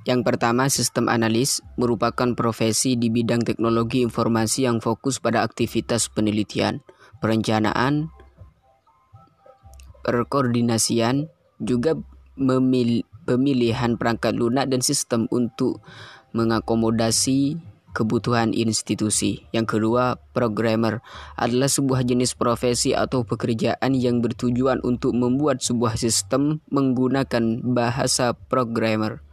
Yang pertama, sistem analis merupakan profesi di bidang teknologi informasi yang fokus pada aktivitas penelitian, perencanaan, perkoordinasian, juga pemilihan perangkat lunak dan sistem untuk mengakomodasi kebutuhan institusi. Yang kedua, programmer adalah sebuah jenis profesi atau pekerjaan yang bertujuan untuk membuat sebuah sistem menggunakan bahasa programan.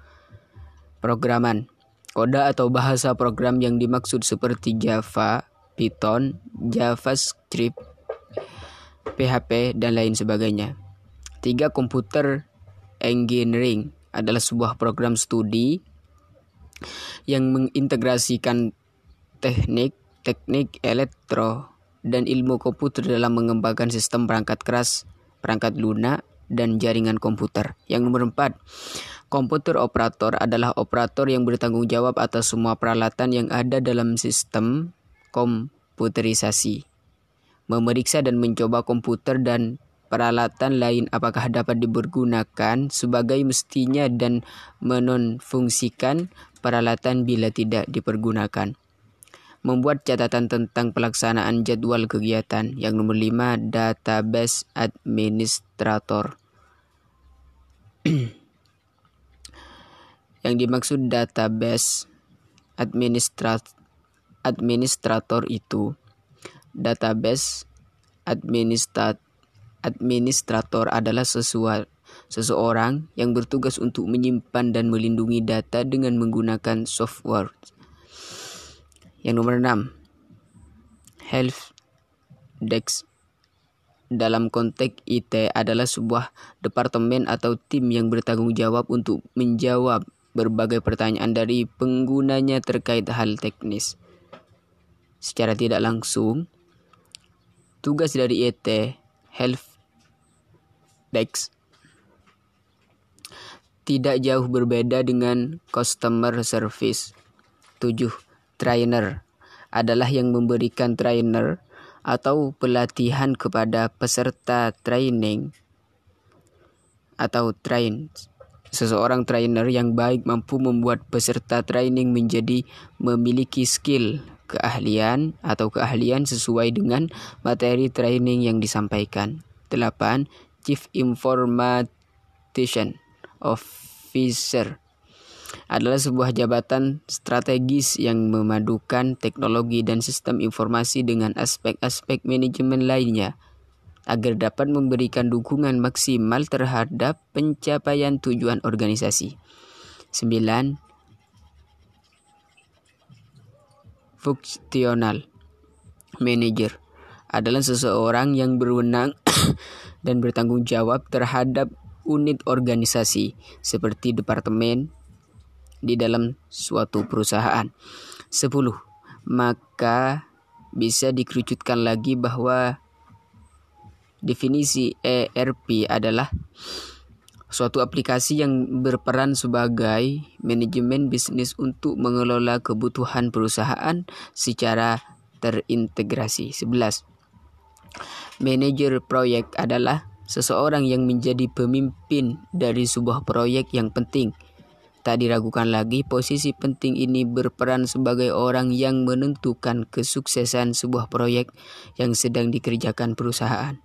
Kode atau bahasa program yang dimaksud seperti Java, Python, JavaScript, PHP, dan lain sebagainya. 3. Computer engineering adalah sebuah program studi yang mengintegrasikan teknik elektro dan ilmu komputer dalam mengembangkan sistem perangkat keras, perangkat lunak, dan jaringan komputer. Yang nomor 4, komputer operator adalah operator yang bertanggung jawab atas semua peralatan yang ada dalam sistem komputerisasi, memeriksa dan mencoba komputer dan peralatan lain apakah dapat dipergunakan sebagai mestinya dan menonfungsikan peralatan bila tidak dipergunakan. Membuat catatan tentang pelaksanaan jadwal kegiatan. Yang nomor 5, database administrator. Yang dimaksud database administrator itu database administrator adalah seseorang yang bertugas untuk menyimpan dan melindungi data dengan menggunakan software. Yang nomor 6, help desk. Dalam konteks IT adalah sebuah departemen atau tim yang bertanggung jawab untuk menjawab berbagai pertanyaan dari penggunanya terkait hal teknis. Secara tidak langsung, tugas dari IT help desk tidak jauh berbeda dengan customer service. 7. Trainer adalah yang memberikan trainer atau pelatihan kepada peserta training atau seseorang trainer yang baik mampu membuat peserta training menjadi memiliki skill, keahlian sesuai dengan materi training yang disampaikan. 8. Chief Information Officer adalah sebuah jabatan strategis yang memadukan teknologi dan sistem informasi dengan aspek-aspek manajemen lainnya agar dapat memberikan dukungan maksimal terhadap pencapaian tujuan organisasi. 9. Functional Manager adalah seseorang yang berwenang dan bertanggung jawab terhadap unit organisasi seperti departemen di dalam suatu perusahaan. 10. Maka bisa dikerucutkan lagi bahwa definisi ERP adalah suatu aplikasi yang berperan sebagai manajemen bisnis untuk mengelola kebutuhan perusahaan secara terintegrasi. 11. Manajer proyek adalah seseorang yang menjadi pemimpin dari sebuah proyek yang penting. Tak diragukan lagi, posisi penting ini berperan sebagai orang yang menentukan kesuksesan sebuah proyek yang sedang dikerjakan perusahaan.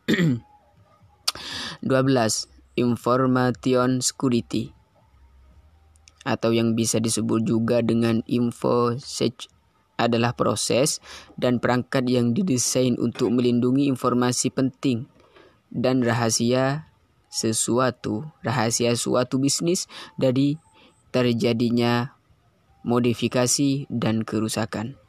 12. Information Security atau yang bisa disebut juga dengan InfoSec adalah proses dan perangkat yang didesain untuk melindungi informasi penting dan rahasia suatu bisnis dari terjadinya modifikasi dan kerusakan.